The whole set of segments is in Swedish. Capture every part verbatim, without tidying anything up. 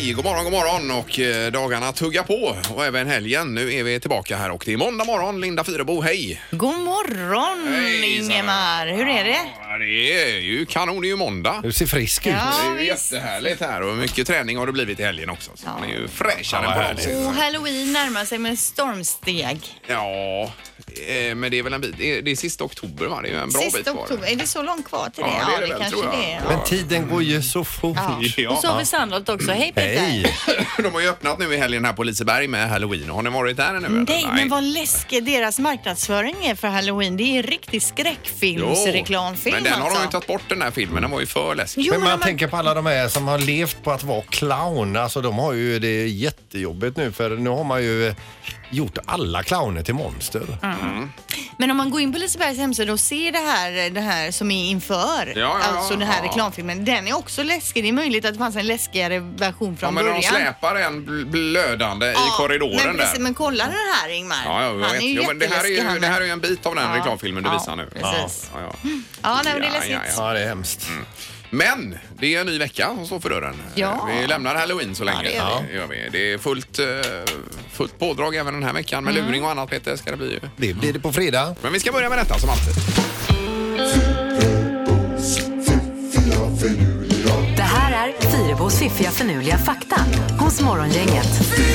Hej, god morgon, god morgon och eh, dagarna tuggar på och även helgen. Nu är vi tillbaka här och det är måndag morgon. Linda Fyrebo, hej! God morgon, Hej, Ingemar. Hur är det? Ja, det är ju kanon, det är ju måndag. Du ser frisk ut. Ja, Det är ju visst. jättehärligt här och mycket träning har det blivit i helgen också. Så Ja. man är ju fräschare Ja, än på härligt. någonsin. Och Halloween närmar sig med stormsteg. Ja, eh, men det är väl en bit. Det är, det är sista oktober, va? Det är ju en bra bit Sista kvar. oktober. Är det så långt kvar till det? Ja, det är det väl, kanske tror jag. det är. Men tiden går ju så fort. Ja. Ja. Och så har vi Sandholt också. Hej Peter. Hej! De har ju öppnat nu i helgen här på Liseberg med Halloween. Har ni varit där ännu? eller? Nej, men vad läskig deras marknadsföring är för Halloween. Det är en riktig skräckfilmsreklamfilm. Men den har alltså. de ju tagit bort, den här filmen. Den var ju för läskig. Jo, Men man men tänker på alla de här som har levt på att vara clown. Alltså de har ju det jättejobbigt nu för nu har man ju gjort alla clowner till monster. Mm. Men om man går in på Lisebergs hemsida och ser det här, det här som är inför, Ja, ja, alltså den här ja. reklamfilmen, den är också läskig. Det är möjligt att det fanns en läskigare version Ja, från men början. de släpar en bl- blödande i Ja, korridoren men precis, där. Men kolla den här Ingmar. Ja, jag han vet. är ju Jo, men det här är jätteläskig, ju, han det här är ju en bit av den Ja. reklamfilmen du Ja, visar nu. precis. Ja, ja. Ja, nej, men det är Ja, läskigt. ja, Ja, det är hemskt. Men det är en ny vecka som står för dörren. Ja. Vi lämnar Halloween så länge. det gör det, gör vi. Det är fullt, eh, fullt pådrag även den här veckan med Mm. luring och annat, Peter, ska det bli ju. Det blir det på fredag. Men vi ska börja med detta som alltid. Det här är Fyrebos fiffiga förnuliga fakta hos Morgongänget.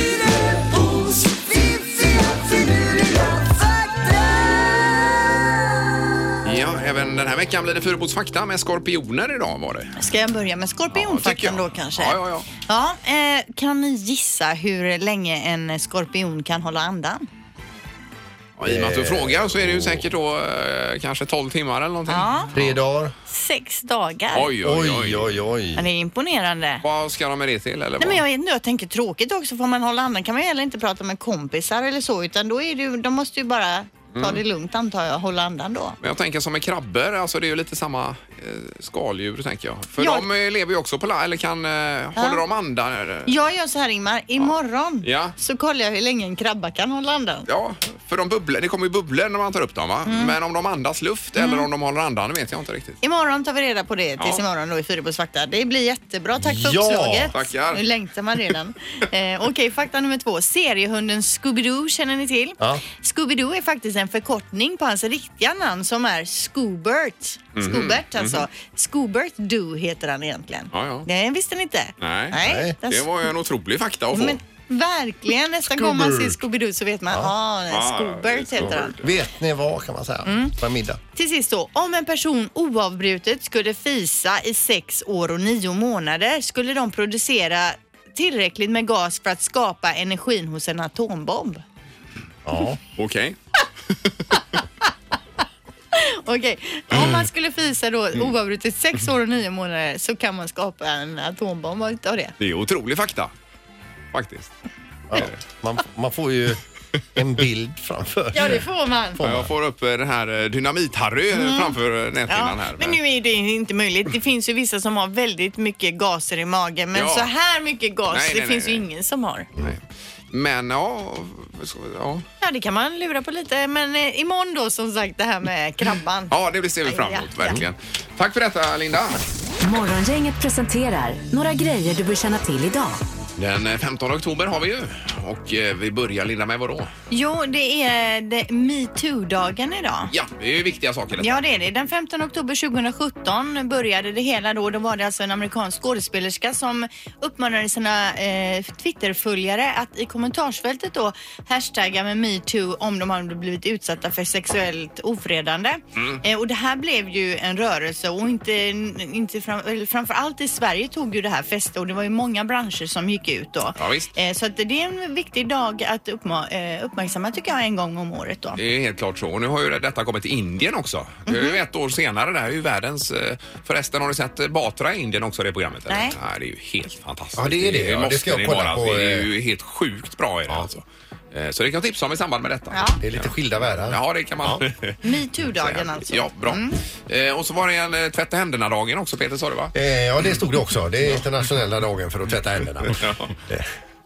Ja, även den här veckan blir det Fyrebos fakta med skorpioner idag var det. Ska jag börja med Ja, tycker skorpionfaktan jag. då kanske? Ja, ja, ja. ja eh, kan ni gissa hur länge en skorpion kan hålla andan? Ja, I och med att du frågar så är det ju säkert då eh, kanske tolv timmar eller någonting. Ja, Tre dagar. sex dagar. Oj, oj, oj. Oj, oj, oj. Men det är imponerande. Vad ska de med det till? Eller Nej, vad? men jag vet inte, jag tänker tråkigt också. Får man hålla andan kan man ju heller inte prata med kompisar eller så, utan då är det ju, de måste ju bara ta Mm. det lugnt antar jag, hålla andan då. Men jag tänker som med krabbor, alltså det är ju lite samma eh, skaldjur tänker jag. För Ja. de eh, lever ju också på la- eller kan, eh, håller de andan? Eller? Jag gör så här Ingmar, imorgon Ja. så kollar jag hur länge en krabba kan hålla andan. Ja, för de bubblar, det kommer ju bubblor när man tar upp dem va? Mm. Men om de andas luft eller om de håller andan, det vet jag inte riktigt. Imorgon tar vi reda på det tills Ja. imorgon då i Fyrebos fakta. Det blir jättebra, tack för Ja, uppslaget. tackar. Nu längtar man redan. eh, Okej, fakta nummer två. Seriehunden Scooby-Doo känner ni till? Ja. Scooby-Doo är faktiskt en förkortning på hans riktiga namn som är Scoobert. Mhm. Scoobert alltså. Scoobert Doo heter han egentligen. Ja, ja. Det visste ni inte? Nej. Nej. den- Det var ju en otrolig fakta att få. Men verkligen, nästa gång man ser Scoobert. Scooby-Doo så vet man, ja, ah, Ja, Scoobert heter Scoobert. han. Vet ni vad kan man säga? Mm. På en middag. Till sist då, om en person oavbrutet skulle fisa i sex år och nio månader skulle de producera tillräckligt med gas för att skapa energin hos en atombomb. Ja. Okej. Okej, om man skulle fisa då oavbrutet sex år och nio månader så kan man skapa en atombomb utav det. Det är otrolig fakta. Faktiskt. Ja. Man, man får ju en bild framför. Ja, det får man. Ja, jag får upp eh, den här eh, Dynamit-Harry eh, framför eh, näthinnan Ja, här. men nu är det inte möjligt. Det finns ju vissa som har väldigt mycket gaser i magen, men Ja. så här mycket gas, Nej, det nej, finns nej, ju nej. ingen som har. Nej. Men ja, så- ja. Ja, det kan man lura på lite. Men eh, imorgon då som sagt det här med krabban. Ja, det ser vi fram emot, Ja, ja. verkligen. Tack för detta, Linda. Morgongänget presenterar några grejer du bör känna till idag. Den femtonde oktober har vi ju. Och eh, vi börjar, Linda, med vad då? Jo, det är det MeToo-dagen idag. Ja, det är ju viktiga saker. Detta. Ja, det är det. Den femtonde oktober tjugosjutton började det hela då. Då var det alltså en amerikansk skådespelerska som uppmanade sina eh, Twitterföljare att i kommentarsfältet då hashtagga med MeToo om de hade blivit utsatta för sexuellt ofredande. Mm. Eh, och det här blev ju en rörelse och inte, inte fram, eller framför allt i Sverige tog ju det här fäste och det var ju många branscher som gick ut då. Ja, visst. Eh, så att det är en viktig dag att uppma- eh, uppmärksamma tycker jag en gång om året då. Det är helt klart så. Och nu har ju detta kommit till Indien också. Det är Mhm. ju ett år senare. Det här är ju världens... eh, Förresten, har du sett eh, Batra i Indien också, det programmet? Eller? Nej. Nej, det är ju helt fantastiskt. Ja, det är det. Ja, det måste ska jag ni kolla bara. på, Det är eh. ju helt sjukt bra i det alltså. Eh, Så det kan jag tipsa om i samband med detta. Ja. Det är lite skilda världar. Ja, det kan man. MeToo-dagen alltså. Ja, bra. Eh, och så var det en eh, tvätta händerna-dagen också, Peter, sa du va? Eh, ja, det stod det också. Det är internationella dagen för att tvätta händerna. Ja. Eh,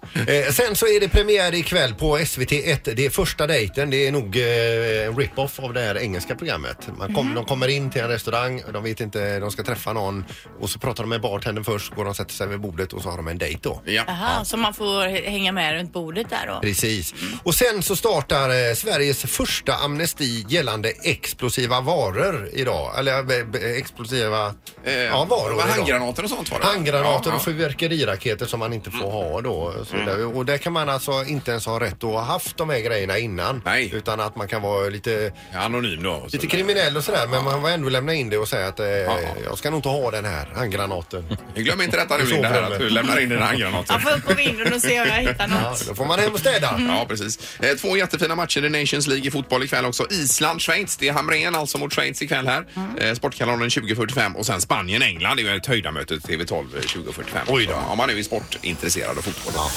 Eh, sen så är det premiär ikväll på S V T ett. Det är första dejten. Det är nog eh, en rip-off av det här engelska programmet. Man kom, mm. De kommer in till en restaurang, de vet inte, de ska träffa någon och så pratar de med bartendern först, går de och sätter sig vid bordet och så har de en dejt då. Ja. Aha, så man får hänga med runt bordet där då? Precis. Och sen så startar eh, Sveriges första amnesti gällande explosiva varor idag. Eller eh, explosiva eh, ja, varor. Handgranater och sånt var det? Handgranater ja, och fyrverkeriraketer som man inte får ha då. Så mm. där, och där kan man alltså inte ens ha rätt att ha haft de här grejerna innan. Nej. Utan att man kan vara lite anonym då. Lite kriminell och sådär. Ja. Men man var ändå lämna in det och säga att eh, ja. jag ska nog inte ha den här handgranaten. Jag glömmer inte detta nu, Linda, här, att du lämnar in den här handgranaten. Jag får upp på vinden och se om jag hittar något. Ja, då får man hem och städa. Mm. Ja, precis. Eh, två jättefina matcher i Nations League i fotboll ikväll också. Island, Schweiz. Det är Hamrén alltså mot Schweiz ikväll här. Mm. Eh, Sportkanalen tjugo fyrtiofem och sen Spanien, England. Det är ju ett höjdarmöte T V tolv tjugo fyrtiofem. Oj då. Om man är sportintresserad av fotboll. Ja.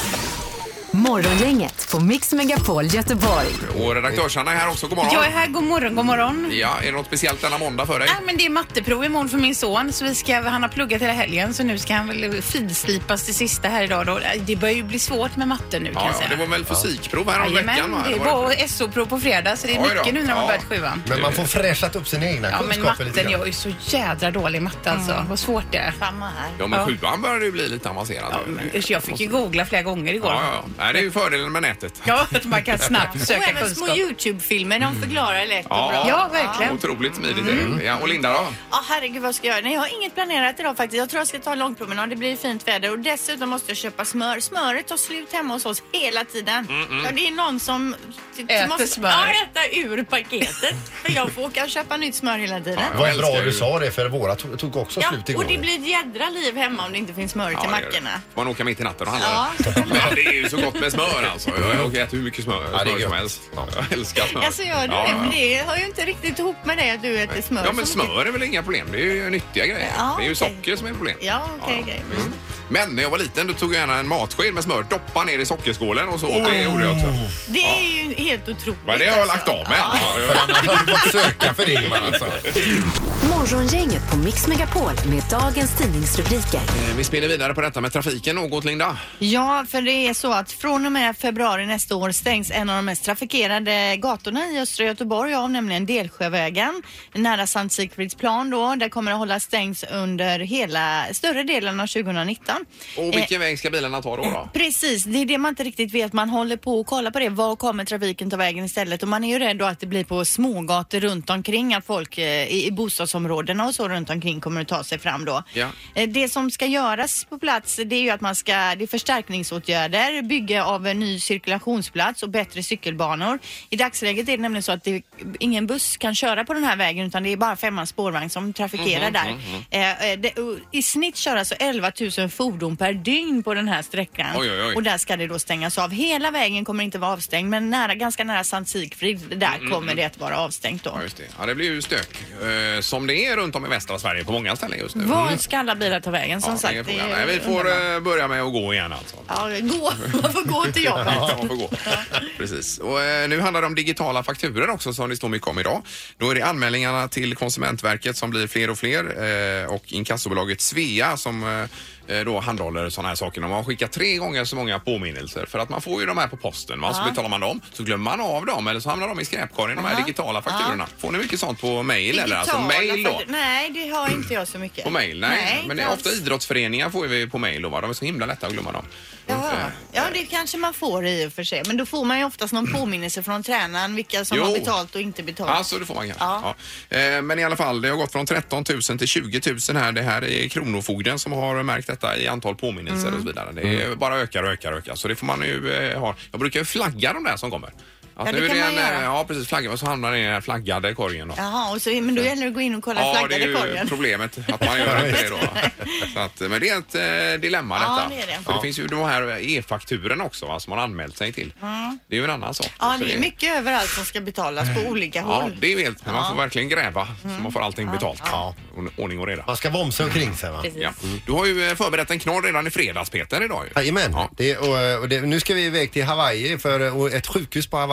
Morgongänget på Mix Megapol Göteborg. Och redaktörsarna är här också. God morgon. Jag är här. God morgon, god morgon. Ja, är det något speciellt denna måndag för dig? Ja, men det är matteprov imorgon för min son. Så vi ska, han har pluggat hela helgen. Så nu ska han väl finslipas det sista här idag då. Det börjar ju bli svårt med matte nu kan ja, jag säga. Det var väl fysikprov här om ja, veckan va? Det var S O-prov på fredag. Så det är mycket nu när man ja. börjat sjuan. Men man får fräschat upp sina egna ja, kunskaper men matten, lite grann. Jag är ju så jädra dålig i matte alltså. Mm. Vad svårt det är. Samma här. Ja, men ja. sjuan börjar ju bli lite avancerad. Ja, men, jag fick ju googla flera gånger igår. Ja, ja, ja. Nej, det är ju fördelen med nätet. Ja, att man kan snabbt söka kunskap. Och även små YouTube-filmer, de förklarar lätt och ja, bra. Ja, verkligen. Otroligt smidigt. Mm. Ja, och Linda då? Ja, herregud, vad ska jag göra? Nej, jag har inget planerat idag faktiskt. Jag tror jag ska ta en långpromenad. Det blir fint väder och dessutom måste jag köpa smör. Smöret tar slut hemma hos oss hela tiden. Mm, mm. Ja, det är någon som äter måste, smör. Ja, äta ur paketet. För jag får åka och köpa nytt smör hela tiden. Ja, vad bra du sa det, för våra tog, tog också ja, slut igår. Och det blir ett jädra liv hemma om det inte finns smör ja, till mackorna. Man åker mitt i natten och handlar. Ja, men det är ju så gott med smör alltså. Jag har ätit hur mycket smör, ja, smör som helst. Ja. Jag älskar smör. Alltså gör du ja, det? Men det har ju inte riktigt ihop med det att du äter smör. Ja, men smör är väl inga problem. Det är ju nyttiga grejer. Ja, det är ju okay. socker som är problem. Ja, okej. Okay, okay. mm. Men när jag var liten då tog jag gärna en matsked med smör, doppa ner i sockerskålen och så åt oh. det gjorde jag också. Det är ju helt otroligt. Men det har jag lagt av med. Ja. Jag har fått söka för det man alltså. Morgongänget på Mix Megapol med dagens tidningsrubriker. Vi spelar vidare på detta med trafiken något, Linda. Ja, för det är så att från och med februari nästa år stängs en av de mest trafikerade gatorna i östra Göteborg av, nämligen Delsjövägen. Nära Sankt Sigfridsplan då. Där kommer det hålla stängs under hela större delen av tjugonitton. Och vilken eh, väg ska bilarna ta då, då? Precis, det är det man inte riktigt vet. Man håller på och kollar på det. Var kommer trafiken ta vägen istället? Och man är ju rädd då att det blir på smågator runt omkring. Att folk eh, i, i bostadsområdena och så runt omkring kommer att ta sig fram då. Ja. Eh, det som ska göras på plats, det är ju att man ska, det är förstärkningsåtgärder, bygga av en ny cirkulationsplats och bättre cykelbanor. I dagsläget är det nämligen så att det, ingen buss kan köra på den här vägen utan det är bara femman spårvagn som trafikerar mm-hmm, där. Mm-hmm. Eh, det, I snitt kör alltså elva tusen fordon per dygn på den här sträckan. Oj, oj, oj. Och där ska det då stängas av. Hela vägen kommer inte vara avstängd, men nära, ganska nära Sankt Sigfrid, där mm, kommer mm. det att vara avstängt då. Ja, just det. Ja, det blir ju stök. Eh, som det är runt om i västra Sverige på många ställen just nu. Var ska alla bilar ta vägen? Som ja, sagt, det är Nej, vi får eh, börja med att gå igen alltså. Ja, gå. Man får gå till jobbet. Ja, man får gå. Precis. Och eh, nu handlar det om digitala fakturer också som det står mycket om idag. Då är det anmälningarna till Konsumentverket som blir fler och fler eh, och inkassobolaget Svea som eh, då handhåller sådana här saker. De har skickat tre gånger så många påminnelser för att man får ju de här på posten. Va? Så betalar man dem, så glömmer man av dem eller så hamnar de i skräpkorgen, de här digitala fakturorna. Får ni mycket sånt på mail eller? Alltså mail då? Nej, det har inte jag så mycket. På mail? Nej, nej men det är ofta idrottsföreningar får vi på mail och va? De är så himla lätta att glömma dem. Ja, ja, det kanske man får i och för sig. Men då får man ju oftast någon påminnelse från tränaren vilka som jo. har betalt och inte betalt. Ja, så det får man kanske. Ja. Ja. Eh, men i alla fall, det har gått från tretton tusen till tjugo tusen här. Det här är Kronofogden som har märkt detta i antal påminnelser mm. och så vidare. Det är mm. bara ökar och ökar och ökar. Så det får man ju eh, ha. Jag brukar ju flagga de där som kommer. Att ja, nu det kan är det man en, göra. Ja, precis. Flagga, och så hamnar det i den här flaggade korgen då. Jaha, och så, men då gäller det att gå in och kolla ja, flaggade korgen. Ja, det är ju problemet att man gör inte det då. Så att, men det är ett eh, dilemma ja, detta. Det är det. För ja. det finns ju de här e-fakturen också va, som man har anmält sig till. Mm. Det är ju en annan sak. Ja, det är mycket överallt som ska betalas på olika håll. Ja, det är helt. Men ja. man får verkligen gräva mm. så man får allting betalt. Ja. Ordning och reda. Man ska vomsa omkring sig va? Ja. Mm. Du har ju förberett en knorr redan i fredags, Peter, idag ju. Jajamän. Ja. Det, och, och det, nu ska vi iväg till Hawaii för och ett sjukhus på Hawaii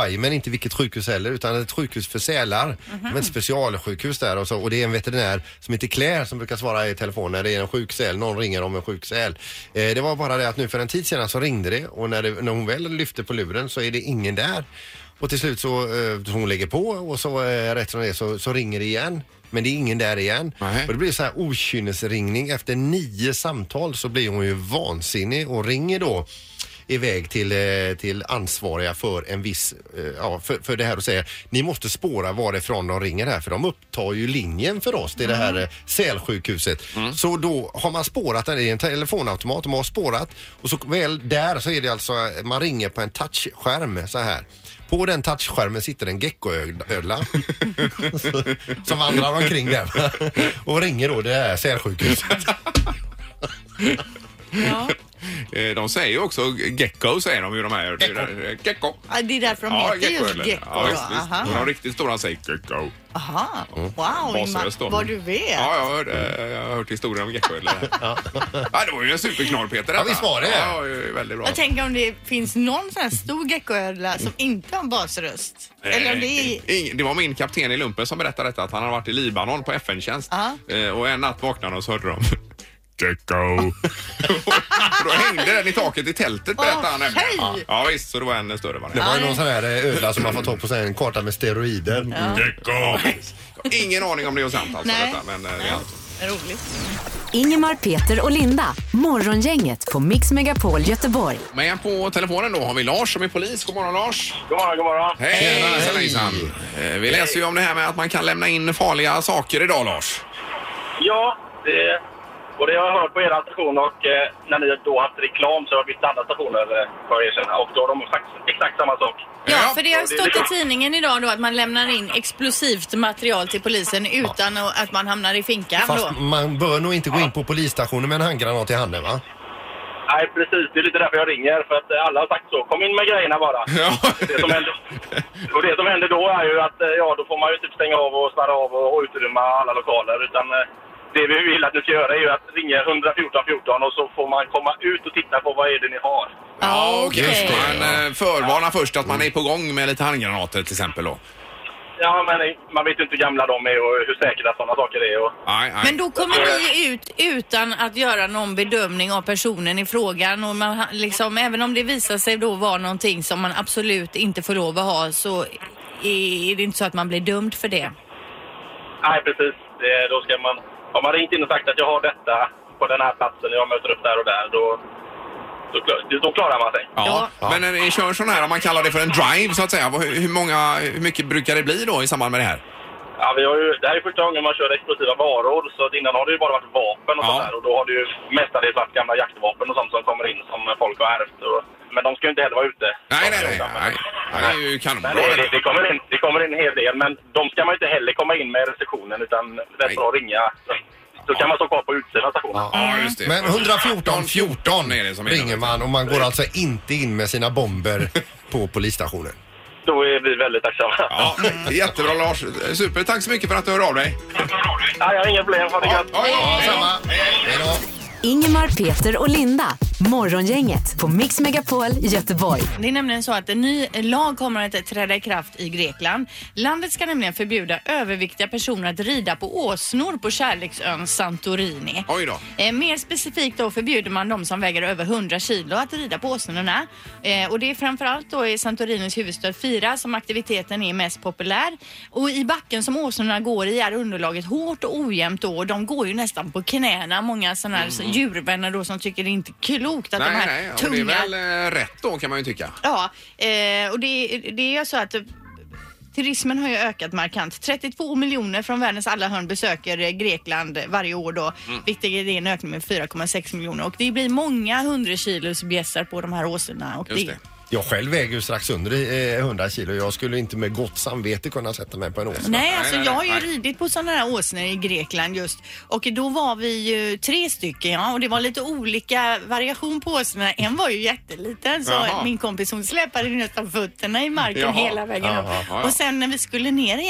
Hawaii, men inte vilket sjukhus heller, utan ett sjukhus för sälar. Mm-hmm. Ett specialsjukhus där och, så, och det är en veterinär som heter Claire som brukar svara i telefon när det är en sjuk säl. Någon ringer om en sjuk säl. Eh, det var bara det att nu för en tid sedan så ringde det och när, det, när hon väl lyfte på luren så är det ingen där. Och till slut så eh, hon lägger på och så eh, rätt som det är så, så ringer det igen. Men det är ingen där igen. Nej. Och det blir så här okynnesringning. Efter nio samtal så blir hon ju vansinnig och ringer då iväg till, till ansvariga för en viss, ja, för, för det här och säger ni måste spåra varifrån de ringer här för de upptar ju linjen för oss till mm. det här sälsjukhuset. Mm. Så då har man spårat den i en telefonautomat och man har spårat och så väl där så är det alltså man ringer på en touchskärm så här. På den touchskärmen sitter en geckoödla som vandrar omkring där och ringer då det här sälsjukhuset. Ja. De säger ju också gecko, säger de ju de här. Gecko. Gecko. Ja, det är därför de ja, heter just gecko. Ja, visst, visst. De har riktigt stora säger gecko. Aha, wow, Ingmar, vad du vet. Ja, jag har hört, jag har hört historien om gecko. ja. ja, det var ju en superknorr, Peter. Ja, visst var det. Ja, väldigt bra. Jag tänker om det finns någon sån här stor geckoödla som inte har basröst. Eller om det är... Det var min kapten i lumpen som berättade detta, att han har varit i Libanon på F N-tjänst. Uh-huh. Och en natt vaknade och så hörde de gecko. Då hängde den i taket i tältet, berättade han nämligen. Ja. ja visst, så det var en större variant. Det var ju någon sån här ödla som man får ta på sig en karta med steroider. Ja. Gecko. Ingen aning om det är sant alltså. Nej. Detta, men det är alltså. Roligt. Ingemar, Peter och Linda. Morgongänget på Mix Megapol Göteborg. Men på telefonen då har vi Lars som är polis. God morgon Lars. God morgon, god morgon. Hej, hej. hej. Vi läser ju om det här med att man kan lämna in farliga saker idag, Lars. Ja, det... Och det har jag hört på era station och eh, när ni då haft reklam så har vi bytt andra stationer eh, för er sedan. Och då har de sagt exakt samma sak. Ja, för det har stått i tidningen idag då att man lämnar in explosivt material till polisen utan ja. att man hamnar i finkan. Fast då. Man bör nog inte gå in på polisstationen med en handgranat i handen, va? Nej, precis. Det är lite därför jag ringer. För att alla har sagt så. Kom in med grejerna bara. Ja. Det som händer, och det som händer då är ju att ja, då får man ju typ stänga av och spärra av och utrymma alla lokaler. Utan... Det vi vill att ni ska göra är ju att ringa ett ett fyra fjorton och så får man komma ut och titta på vad är det ni har. Ja, okej. Okay. Man förvarnar först att man är på gång med lite handgranater till exempel då. Ja, men man vet ju inte hur gamla de är och hur säkra sådana saker är. Och... Nej, nej. Men då kommer ni ut utan att göra någon bedömning av personen i frågan. Och man, liksom, även om det visar sig då vara någonting som man absolut inte får lov att ha så är det inte så att man blir dömd för det. Nej, precis. Det, då ska man... Om man ringt in och sagt att jag har detta på den här platsen och jag möter upp där och där, då, då, då klarar man sig. Ja, ja. Men ni kör sån här, om man kallar det för en drive så att säga, hur, hur, många, hur mycket brukar det bli då i samband med det här? Ja, vi har ju, det här är första gången man kör explosiva varor, så att innan har det ju bara varit vapen och ja. sånt där, och då har det ju mestadels varit gamla jaktvapen och sånt som kommer in som folk har ärvt. Och, men de ska ju inte heller vara ute. Nej, nej, nej. nej. Det är ju kanonbra. Det, det, det, kommer in, det kommer in en hel del, men de ska man inte heller komma in med restriktionen, utan det är bra att ringa. Så kan man stå kvar på utsidan stationen. Ja, ja, just det. Men ett fjorton fjorton är det som ringer man och man går alltså inte in med sina bomber på polisstationen. Då är vi väldigt tacksamma. Ja, jättebra Lars. Super, tack så mycket för att du hör av dig. Ja, jag har inga problem. Ha det gott. Ja, ja, ja, samma. Hej då. Ingemar, Peter och Linda. Morgongänget på Mix Megapol Göteborg. Det är nämligen så att en ny lag kommer att träda i kraft i Grekland. Landet ska nämligen förbjuda överviktiga personer att rida på åsnor på kärleksön Santorini. Oj då. Eh, mer specifikt då förbjuder man de som väger över hundra kilo att rida på åsnorna. Eh, och det är framförallt då i Santorinis huvudstad Fira som aktiviteten är mest populär. Och i backen som åsnorna går i är underlaget hårt och ojämnt då. Och de går ju nästan på knäna. Många sådana här mm. djurvänner då som tycker det är inte klokt att nej, de här nej, tunga... det är väl eh, rätt då kan man ju tycka. Ja, eh, och det, det är så att turismen har ju ökat markant. trettiotvå miljoner från världens alla hörn besöker Grekland varje år då. Mm. Vilket är en ökning med fyra komma sex miljoner. Och det blir många hundra kilos bjässar på de här åsnorna. Och Just det. Jag själv väger ju strax under hundra kilo. Jag skulle inte med gott samvete kunna sätta mig på en åsna. Nej, alltså nej, nej, jag har ju nej. ridit på sådana här åsnor i Grekland just. Och då var vi ju tre stycken, ja. Och det var lite olika variation på åsnorna. En var ju jätteliten, så Jaha. min kompis hon släpade nästan fötterna i marken Jaha. hela vägen upp. Jaha. Jaha. Och sen när vi skulle ner igen,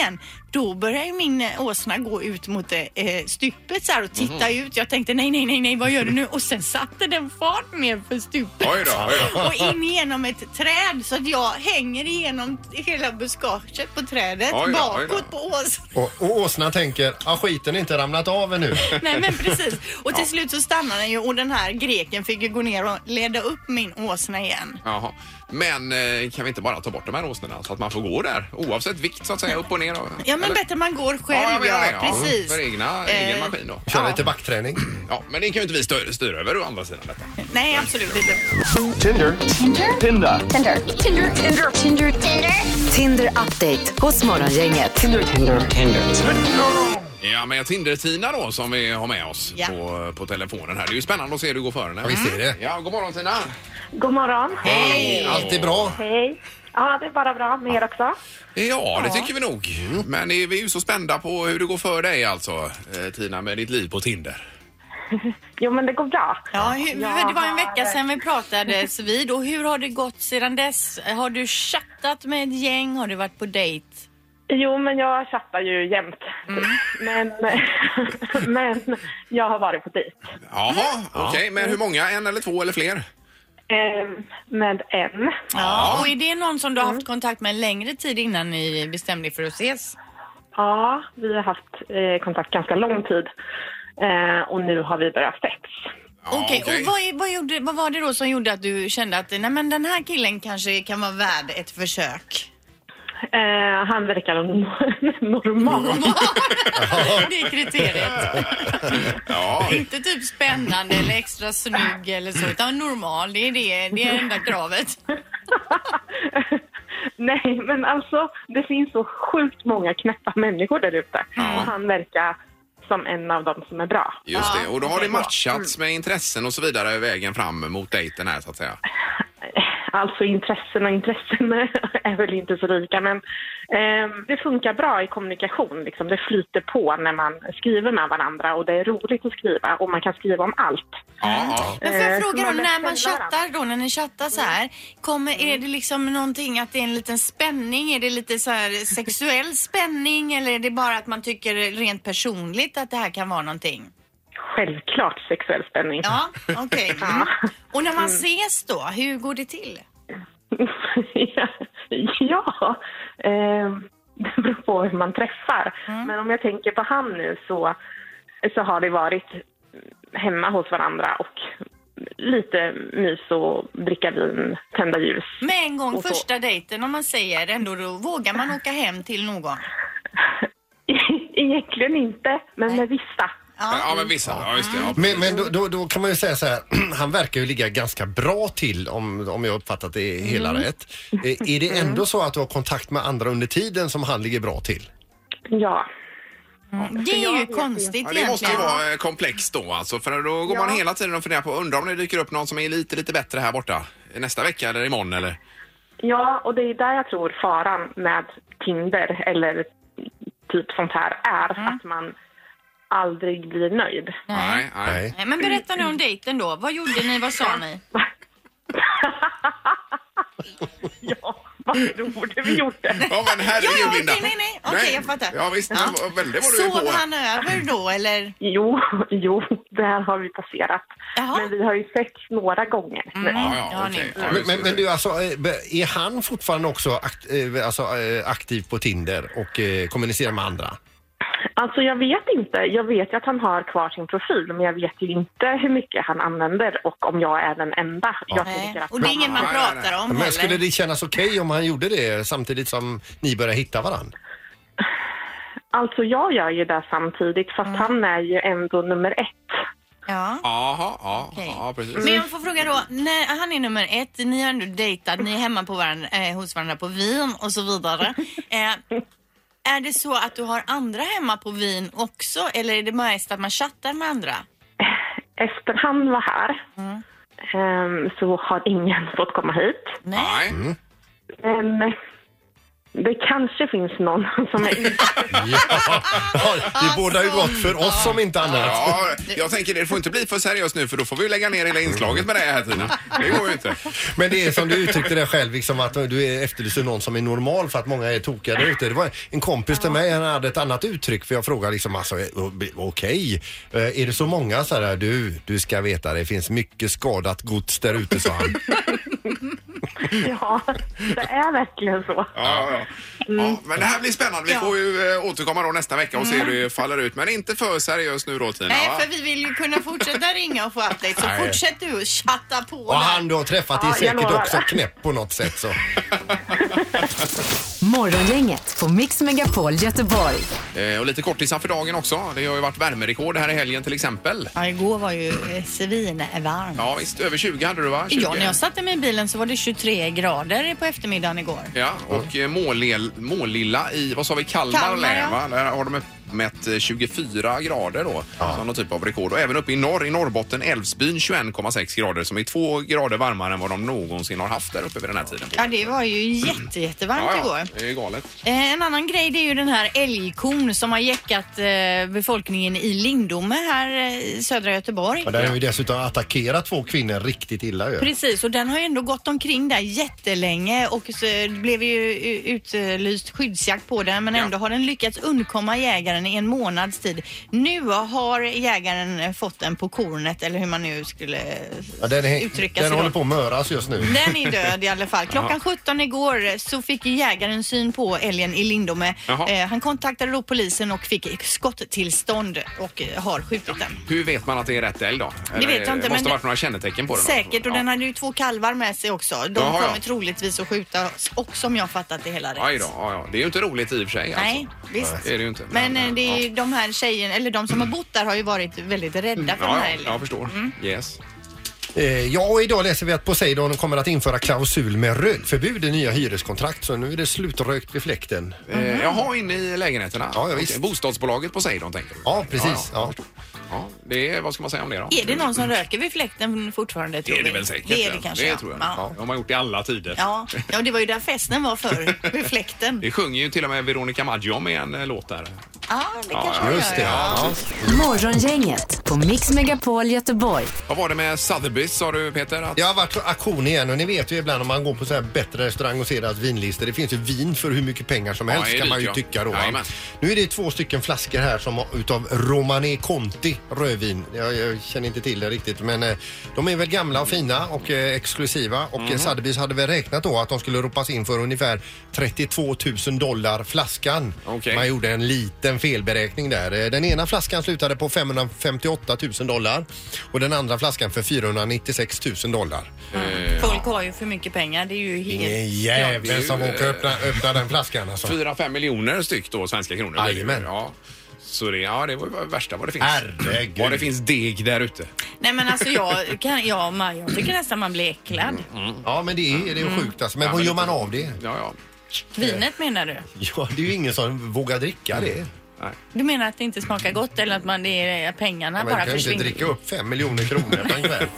Då började ju min åsna gå ut mot eh, stupet så här och titta mm. ut. Jag tänkte nej, nej, nej, nej, vad gör du nu? Och sen satte den fart ner för stupet. Oj då, oj då. Och in genom ett träd så att jag hänger igenom hela buskaget på trädet oj då, bakåt oj då. På åsnan. Och, och åsnan tänker, ah, skiten är inte ramlat av ännu. Nej, men precis. Och till ja. slut så stannade den ju och den här greken fick ju gå ner och leda upp min åsna igen. Jaha. Men eh, kan vi inte bara ta bort de här åsnorna så att man får gå där oavsett vikt så att säga upp och ner? Och, ja men eller? Bättre man går själv ja, ja, ja, ja precis. För egna, eh, egen maskin då. Köra ja. lite backträning. Ja men det kan ju inte vi styra, styra över å andra sidan detta. Nej absolut inte. Tinder. Tinder. Tinder. Tinder. Tinder. Tinder. Tinder. Tinder. Tinder update hos Morgongänget. Tinder. Tinder. Tinder. Ja, men Tinder-Tina då som vi har med oss ja. på, på telefonen här. Det är ju spännande att se hur du går före. Ja, visst är det. Ja, god morgon Tina. God morgon. Hej. Allt är bra? Hej. Ja, det är bara bra. Med er också? Ja, det tycker vi nog. Mm. Men vi är ju så spända på hur det går för dig alltså, Tina, med ditt liv på Tinder. Jo, men det går bra. Ja, hur, det var en vecka sedan vi pratades vid. Och hur har det gått sedan dess? Har du chattat med ett gäng? Har du varit på dejt? Jo, men jag chattar ju jämt. Mm. Men, men jag har varit på dejt. Jaha, okej. Okay. Men hur många? En eller två eller fler? Eh, med en. Ja, och är det någon som du har haft kontakt med en längre tid innan ni bestämde er för att ses? Ja, vi har haft eh, kontakt ganska lång tid. Eh, och nu har vi börjat sex. Okej, okay. okay. Och vad, vad, gjorde, vad var det då som gjorde att du kände att nej, men den här killen kanske kan vara värd ett försök? Eh, han verkar normal. Det är kriteriet. Ja. Inte typ spännande eller extra snygg eller så, utan normal. Det är det, det är enda kravet. Nej, men alltså det finns så sjukt många knäppa människor där ute. Mm. Och han verkar som en av dem som är bra. Just det, och då har det matchats med intressen och så vidare vägen fram mot dejten här så att säga. Alltså intressen och intressen är väl inte så lika, men eh, det funkar bra i kommunikation. Liksom. Det flyter på när man skriver med varandra och det är roligt att skriva och man kan skriva om allt. Mm. Men får jag fråga då, när man chattar då, när ni chattar så här, kommer, är det liksom någonting att det är en liten spänning? Är det lite så här sexuell spänning eller är det bara att man tycker rent personligt att det här kan vara någonting? Självklart sexuell spänning. Ja, okej. Okay. Mm. Och när man ses då, hur går det till? ja, ja eh, det beror på hur man träffar. Mm. Men om jag tänker på han nu så, så har det varit hemma hos varandra och lite mys och dricka vin, tända ljus. Med en gång första dejten, om man säger ändå, då vågar man åka hem till någon? Egentligen inte, men med vissa. Ja, ja men vissa. Ja, just det. Ja, men men då, då, då kan man ju säga så här, han verkar ju ligga ganska bra till om, om jag uppfattat det hela mm. rätt. Är, är det ändå så att du har kontakt med andra under tiden som han ligger bra till? Ja. Mm. Det är ju konstigt ja, det egentligen. måste ju vara komplext då alltså, för då går ja. man hela tiden och funderar på, undrar om det dyker upp någon som är lite, lite bättre här borta nästa vecka eller imorgon eller? Ja, och det är där jag tror faran med Tinder eller typ sånt här är mm. att man aldrig blir nöjd. Nej, nej. nej. Men berätta nu om dejten då. Vad gjorde ni? Vad sa ni? ja, vad borde vi gjort det? Ja, men herregud, ja, Linda. Okej, nej, nej. Okej, okay, jag fattar. Ja, visst. Ja. Men, väldigt var du Sov på. han över då, eller? Jo, jo, det här har vi passerat. Jaha. Men vi har ju sett några gånger. Mm. Ja, ja, okay. ja, men, men, men du, alltså, är han fortfarande också akt, alltså, aktiv på Tinder och eh, kommunicerar med andra? Alltså jag vet inte. Jag vet ju att han har kvar sin profil, men jag vet ju inte hur mycket han använder och om jag är den enda. Jag tänker att och det är ingen man nej, pratar nej, nej. om men heller. Skulle det kännas okej okay om han gjorde det samtidigt som ni börjar hitta varandra? Alltså jag gör ju det samtidigt, fast mm. han är ju ändå nummer ett. Ja. Aha, ja, okay. ja, precis. Men jag får fråga då, när han är nummer ett, ni har ändå dejtat, ni är hemma på varandra, eh, hos varandra på Wien och så vidare. Eh, Är det så att du har andra hemma på Wien också? Eller är det mest att man chattar med andra? Efter han var här mm. um, så har ingen fått komma hit. Nej. Mm. Men det kanske finns någon som är ute. Ja, det båda ju gott för oss som inte annat. Ja, jag tänker det får inte bli för seriöst nu för då får vi lägga ner hela inslaget med det här tiden. Det går ju inte. Men det är som du uttryckte det själv, liksom att du är efterlyser någon som är normal för att många är tokiga där ute. Det var en kompis till mig, han hade ett annat uttryck för jag frågade liksom alltså, okej, okay. Är det så många så här, du, du ska veta det finns mycket skadat gods där ute, sa han. Ja, det är verkligen så. Ja, ja. Ja, men det här blir spännande. Vi får ju äh, återkomma då nästa vecka och se hur det faller ut. Men inte för seriöst nu då, Tina. Nej, va? för vi vill ju kunna fortsätta ringa och få update. Så Nej. fortsätt du och chatta på. Och han du har träffat är Ja, jag säkert lovar. också knäpp på något sätt så. Morgongänget på Mix Megapol Göteborg. Eh, och lite kortisar för dagen också. Det har ju varit värmerekord här i helgen till exempel. Ja, igår var ju eh, svinvarmt. Ja visst, över tjugo hade du va? tjugo. Ja, när jag satte mig i bilen så var det tjugotre grader på eftermiddagen igår. Ja, och mm. Målel, Målilla i, vad sa vi, Kalmar, Kalmar, län, ja. va? Där har de mätt tjugofyra grader då, ja. Som någon typ av rekord. Och även uppe i norr, i Norrbotten, Älvsbyn tjugoen komma sex grader som är två grader varmare än vad de någonsin har haft där uppe vid den här tiden. Ja, det var ju jätte, jättevarmt ja, ja, igår. det är galet. Eh, en annan grej det är ju den här älgkon som har jäckat eh, befolkningen i Lindome här eh, i södra Göteborg. Och där har vi dessutom attackerat två kvinnor riktigt illa ju. Precis, och den har ju ändå gått omkring där jättelänge och så blev ju utlyst skyddsjakt på den men Ja. ändå har den lyckats undkomma jägaren i en månads tid. Nu har jägaren fått den på kornet eller hur man nu skulle Ja, den är, uttrycka den sig. håller då. på att möras just nu. Den är död i alla fall. Klockan sjutton igår så fick jägaren syn på älgen i Lindome. Eh, han kontaktade då polisen och fick skotttillstånd och eh, har skjutit den. Hur vet man att det är rätt älg då? Det vet jag inte, Det måste men ha varit några kännetecken på den. Säkert, och ja. den hade ju två kalvar med sig också. De Jaha, kommer ja. troligtvis att skjuta och som jag fattat det hela rätt. Aj då, ja, ja. Det är ju inte roligt i och för sig. Nej, alltså. visst. Det är det ju inte. Men eh, det är ju ja. de här tjejerna, eller de som har bott där har ju varit väldigt rädda för Ja, den här ja, älgen. jag förstår. Yes. Eh, ja, och idag läser vi att Poseidon kommer att införa klausul med rökförbud i nya hyreskontrakt. Så nu är det slutrökt vid fläkten. Mm. Eh, jaha, inne i lägenheterna. Ja, ja, visst. Okej, bostadsbolaget Poseidon tänker du? Ja, precis. Ja, Ja. ja. Det är, vad ska man säga om det då? Är det någon som röker vid fläkten fortfarande, tror Det är det vi? väl säkert. Det är det kanske, Det ja. tror jag. Ja. Ja. Det har man gjort i alla tider. Ja. ja, det var ju där festen var förr, vid fläkten. Det sjunger ju till och med Veronica Maggio om i en eh, låt där. Ja, det Ja, kanske ja, man Just det, gör. ja. Morgongänget på Mix Megapol Göteborg. Vad var det med Sotheby's, sa du Peter? Att... Jag har varit på auktion igen och ni vet ju ibland om man går på så här bättre restaurang och ser deras vinlistor. Det finns ju vin för hur mycket pengar som Ja, helst det är kan man ju dyrt, ja. tycka då. va? Jajamän. Nu är det två stycken flaskor här som har- utav Romanée Conti rödvin. Jag, jag känner inte till det riktigt men eh, de är väl gamla och fina och eh, exklusiva och Mhm. mm. Sotheby's hade väl räknat då att de skulle ropas in för ungefär trettiotvå tusen dollar flaskan. Okej. Man gjorde en liten felberäkning där. Eh, Den ena flaskan slutade på femhundrafemtioåtta tusen dollar och den andra flaskan för fyrahundranittiosex tusen dollar. Eh, Folk har ju för mycket pengar, det är ju helt... Ingen det är jävel ju, som eh, åker öppna, öppna den flaskan alltså. Fyra, fem miljoner styck då, svenska kronor. blir det ju. Jajamän. Ja. Så det, ja, det var det värsta vad det finns. Herregud. Vad det finns deg där ute. Nej men alltså jag, kan, ja, man, jag tycker nästan man blir äcklad. Ja men det är, det är ju sjukt alltså. Men Ja, vad men gör det- man av det? Ja, ja. Vinet menar du? Ja det är ju ingen som vågar dricka det. Nej. Du menar att det inte smakar gott eller att man, det är pengarna Man bara kan ju inte försvinner? dricka upp fem miljoner kronor på en kväll.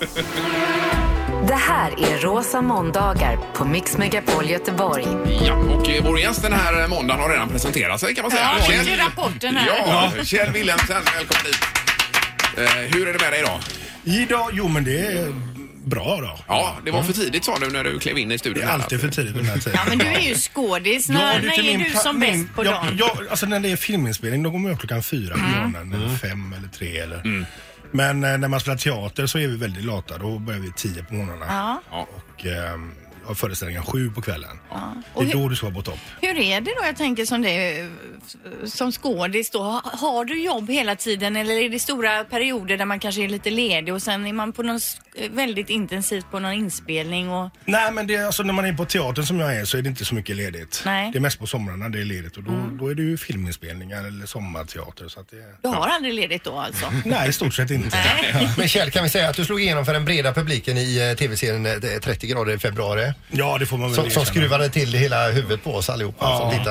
Det här är Rosa måndagar på Mix Megapol Göteborg. Ja, och eh, vår gäst den här måndagen har redan presenterat sig kan man säga. Ja, det är ju rapporten här. Ja, Kjell Wilhelmsen, välkommen hit. Eh, hur är det med dig idag? Idag, jo men det är bra då. Ja, det var för tidigt sa du när du klev in i studion. Det är alltid för tidigt den här tiden. Ja men du är ju skådis. När, det när till är min du pla- som min- bäst på ja, dagen? Ja, alltså när det är filminspelning då går man upp klockan fyra på morgonen eller fem eller tre eller. Men eh, när man spelar teater så är vi väldigt lata. Då börjar vi tio på morgnarna. Ja. Och ehm, har föreställningen sju på kvällen. Ja. Det Och är hur, då du ska vara på topp. hur är det då? Jag tänker som det som skådis då. Ha- Har du jobb hela tiden eller är det stora perioder där man kanske är lite ledig och sen är man på någon s- väldigt intensivt på någon inspelning och... Nej men det är, alltså, när man är på teatern som jag är så är det inte så mycket ledigt. Nej. Det är mest på somrarna det är ledigt och då, då är det ju filminspelningar eller sommarteater. Så att det, Du har aldrig ledigt då alltså? nej, i stort sett inte. Nej. Men Kjell, kan vi säga att du slog igenom för den breda publiken i eh, tv-serien eh, trettio grader i februari? Ja, det får man väl Som, som erkänna. skruvade till hela huvudet på oss allihopa Ja. som tittar.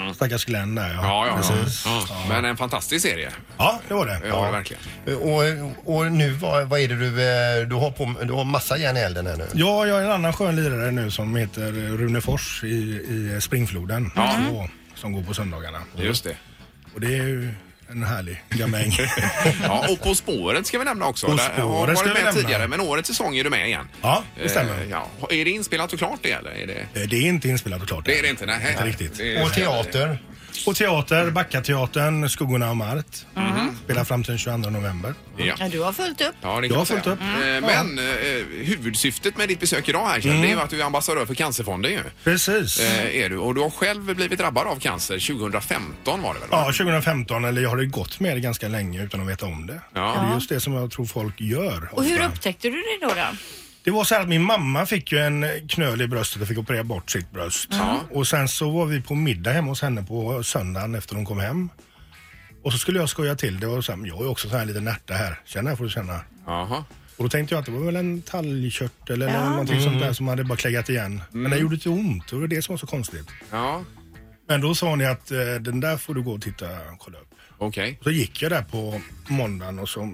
Mm. Stackars Glenn där, ja. Ja, ja, Precis. ja. Ja. Men en fantastisk serie. Ja, det var det. Ja, ja. Det verkligen. Och, och nu, vad, vad är det du, du har på, du har massa järn i elden här nu? Ja, jag är en annan skön lirare nu som heter Rune Fors i, i Springfloden. Ja. Två, som går på söndagarna. Just det. Och det är ju en härlig gamäng. Ja, och På spåret ska vi nämna också. På Där spåret har varit ska vi med nämna. tidigare, men årets säsong är du med igen. Ja, det stämmer. Eh, ja. Är det inspelat och klart det eller? Är det... Det är inte inspelat och klart. Det är det inte, nej. Inte riktigt. Det är... Och teater? Och teater, Backateatern, Skuggorna och Mart. Mm. Spelar fram till den tjugoandra november. Ja. Ja, du har fullt upp. Ja, det kan Jag har man säga. fullt upp. Eh, Men eh, huvudsyftet med ditt besök idag här, Kjell, det är ju att du är ambassadör för Cancerfonden ju. Precis. Eh, är du. Och du har själv blivit drabbad av cancer tjugohundrafemton var det väl? va? Ja, tjugohundrafemton, eller jag har det gått med det ganska länge utan att veta om det. Ja. Och det är just det som jag tror folk gör. Och hur ofta. upptäckte du det då? då? Det var så här att min mamma fick ju en knöl i bröstet och fick operera bort sitt bröst. Ja. Och sen så var vi på middag hemma hos henne på söndagen efter hon kom hem. Och så skulle jag skoja till det och säga, jag är också så här lite närta här. Känna här får du känna. Jaha. Och då tänkte jag att det var väl en talgkörtel eller Ja. någonting sånt där som hade bara kläggat igen. Men det gjorde inte ont och det var det som var så konstigt. Ja, Men då sa ni att eh, den där får du gå och titta och kolla upp. okej. Så gick jag där på måndagen och så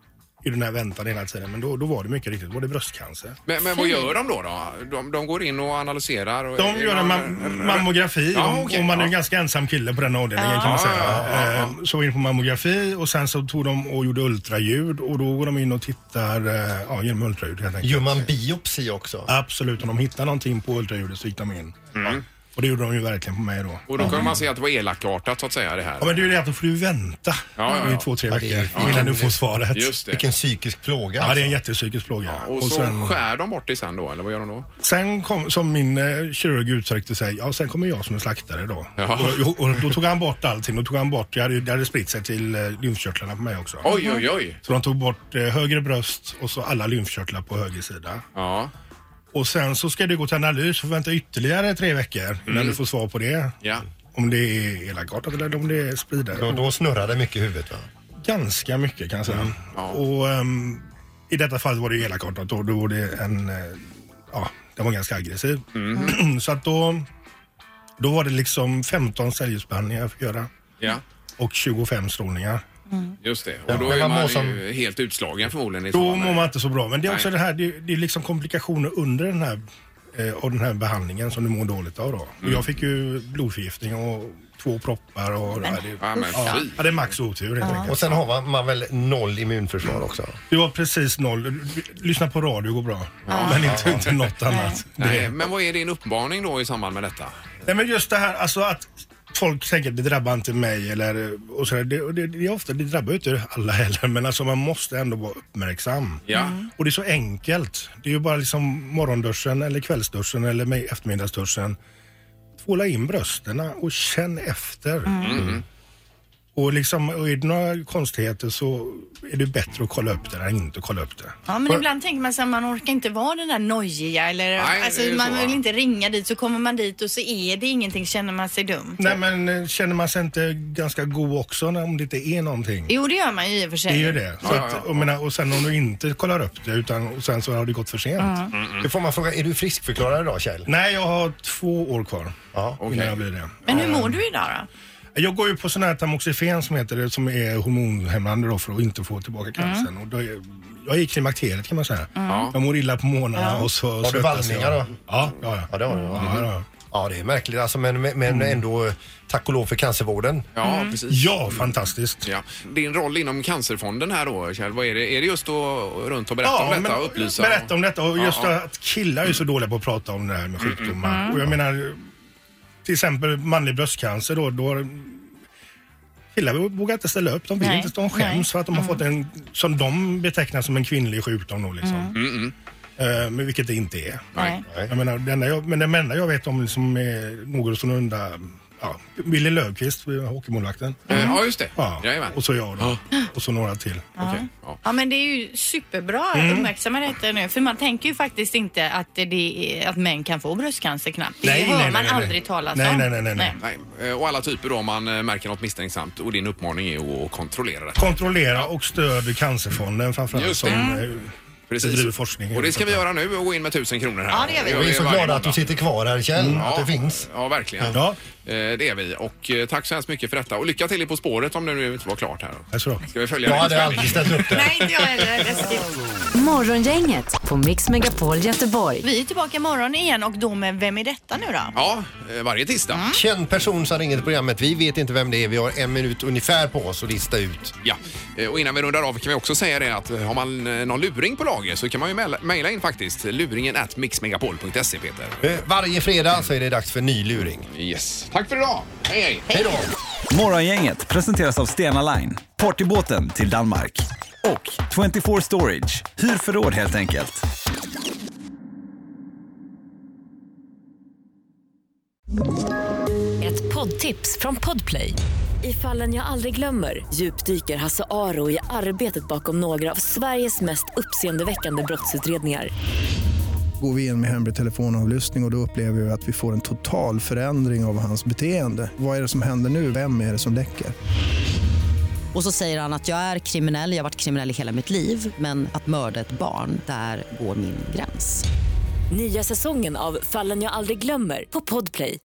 i den här väntan hela tiden. Men då, då var det mycket riktigt, då var det bröstcancer. Men, men vad gör de då? då? De, de går in och analyserar? Och De gör en mam- mammografi Ja, och- okej, och man är ja. en ganska ensam kille på den avdelningen Ja. kan man säga. Ja, ja, ja, ja. Eh, Så in på mammografi och sen så tog de och gjorde ultraljud och då går de in och tittar eh, ja, genom ultraljud helt enkelt. Gör man biopsi också? Absolut, om de hittar någonting på ultraljudet så gick de in. Mm. Och det gjorde de ju verkligen på mig då. Och då kunde man se att det var elakartat så att säga det här. Ja, men det är ju det att då får du vänta ja, ja. i två, tre Ja, det är- veckor innan du får svaret. Just det. Vilken psykisk plåga. Ja, det är en jättepsykisk plåga. Och, så skär de bort det sen då, eller vad gör de då? Sen kom, som min eh, kirurg uttryckte sig, ja sen kommer jag som en slaktare då. Ja. Och, och då tog han bort allting. Då tog han bort, det hade, det hade spritt sig till eh, lymfkörtlarna på mig också. Oj, oj, oj. Så de tog bort eh, högre bröst och så alla lymfkörtlar på höger sida. Ja, Och sen så ska du gå till analys och vänta ytterligare tre veckor innan du får svar på det. ja. Om det är elakartat eller om det är spridare. Då, då snurrar det mycket i huvudet va? Ganska mycket kan jag säga. Ja. Och ehm, i detta fall var det elakartat och då var det en, eh, ja, den var ganska aggressiv. Så att då, då var det liksom femton cellgiftsbehandlingar jag fick göra Ja, och tjugofem strålningar. just det. Ja, Och då men är man man mår som- ju helt utslagen förmodligen. I Då samband med mår det. man inte så bra. Men det är också Nej. det här, det, det är liksom komplikationer under den här, eh, av den här behandlingen som du mår dåligt av då. Och jag fick ju blodförgiftning och två proppar och ja, det, Ja, men ja, fy. ja, det är max otur helt enkelt. Och sen har man, man väl noll immunförsvar också? Det var precis noll. Lyssna på radio går bra. Men inte, inte något annat. Nej, Det, men vad är din uppmaning då i samband med detta? nej men just det här, alltså att folk tänker att det drabbar inte mig eller och sådär. Det, och det, det är ofta, det drabbar ju inte alla heller, men alltså man måste ändå vara uppmärksam. Ja. Och det är så enkelt. Det är ju bara liksom morgonduschen eller kvällsduschen eller med eftermiddagsduschen. Tvåla in brösten och känn efter. Mm. Och liksom, och är det några konstigheter så är det bättre att kolla upp det än inte att kolla upp det. Ja, men ibland tänker man att man orkar inte vara den där nojiga eller Nej, alltså, det är man så, vill va? inte ringa dit så kommer man dit och så är det ingenting, känner man sig dum. Nej men eh, känner man sig inte ganska god också när, om det inte är någonting? Jo, det gör man ju i och för Det sig. är ju det. Så Ja, att, ja, ja. Och, menar, och sen om du inte kollar upp det utan, och sen så har det gått för sent. Det får man fråga, är du friskförklarad idag Kjell? Nej, jag har två år kvar Ja. innan jag blir det. Men hur mår du idag då? Jag går ju på sån här tamoxifen som heter det, som är hormonhämmande då för att inte få tillbaka cancern. Och då är, jag är i klimakteriet kan man säga. Jag mår illa på morgnarna och så Har du svettas vallningar jag. då? Ja, ja, ja. Ja, det har du. Ja, ja, ja. Ja, det är märkligt alltså, men, men ändå tack och lov för cancervården. Ja, precis. Ja, fantastiskt. Ja. Din roll inom Cancerfonden här då, Kjell, vad är det? Är det just att runt och berätta Ja, om detta men och upplysa? berätta om detta och Ja, just ja. att killar är så dåliga på att prata om det här med sjukdomar. Och jag menar, till exempel manlig bröstcancer då, då killar vågar inte ställa upp. De vill Nej, inte stå och skäms nej. för att de har fått en, som de betecknar som en kvinnlig sjukdom då liksom. Mm, Eh, men vilket det inte är. Nej. Jag menar, det enda jag, men det enda jag vet om liksom är någorlunda, ja, Willy Löfqvist, hockeymålvakten. Eh, Ja, just det. Ja, Jajamän. och så jag då. Och så några till. Okej, ja. Ja, men det är ju superbra att uppmärksamma detta nu. För man tänker ju faktiskt inte att, det är, att män kan få bröstcancer knappt. Det Nej, hör nej, man nej, nej. aldrig talas Nej, om. nej, nej, nej, nej. Nej, eh, och alla typer då om man eh, märker något misstänksamt och din uppmaning är att kontrollera det. Kontrollera och stöd Cancerfonden framförallt Just som det. eh, bedriver forskning. Och det ska vi göra nu och gå in med tusen kronor här. Ja, det gör vi. Vi är så varje glada att du måndag. sitter kvar här Kjell, Ja, att det finns. Ja, verkligen. Ja, det är vi. Och eh, tack så hemskt mycket för detta. Och lycka till i På spåret om det nu inte var klart här. Jag tror. Ska vi följa Jag det? hade aldrig ställt upp det. Nej, inte jag heller. Läskigt. Morgongänget på Mix Megapol Göteborg. Vi är tillbaka imorgon igen och då med Vem är detta nu då? Ja, eh, varje tisdag. Mm. Känd person som ringer till programmet. Vi vet inte vem det är. Vi har en minut ungefär på oss att lista ut. Ja, eh, och innan vi rundar av kan vi också säga det att har man eh, någon luring på lager så kan man ju mejla- mejla in faktiskt. Luringen at mixmegapol punkt se, Peter. Eh, Varje fredag så är det dags för ny luring. Yes. Tack för idag. Hej, hej. Hej då! Morgongänget presenteras av Stena Line, partybåten till Danmark. Och tjugofyra Storage, hyr förråd helt enkelt. Ett poddtips från Podplay. I Fallen jag aldrig glömmer djupdyker Hasse Aro i arbetet bakom några av Sveriges mest uppseendeväckande brottsutredningar. Går vi in med hemlig telefonavlyssning och, och då upplever vi att vi får en total förändring av hans beteende. Vad är det som händer nu? Vem är det som läcker? Och så säger han att jag är kriminell, jag har varit kriminell i hela mitt liv. Men att mörda ett barn, där går min gräns. Nya säsongen av Fallen jag aldrig glömmer på Podplay.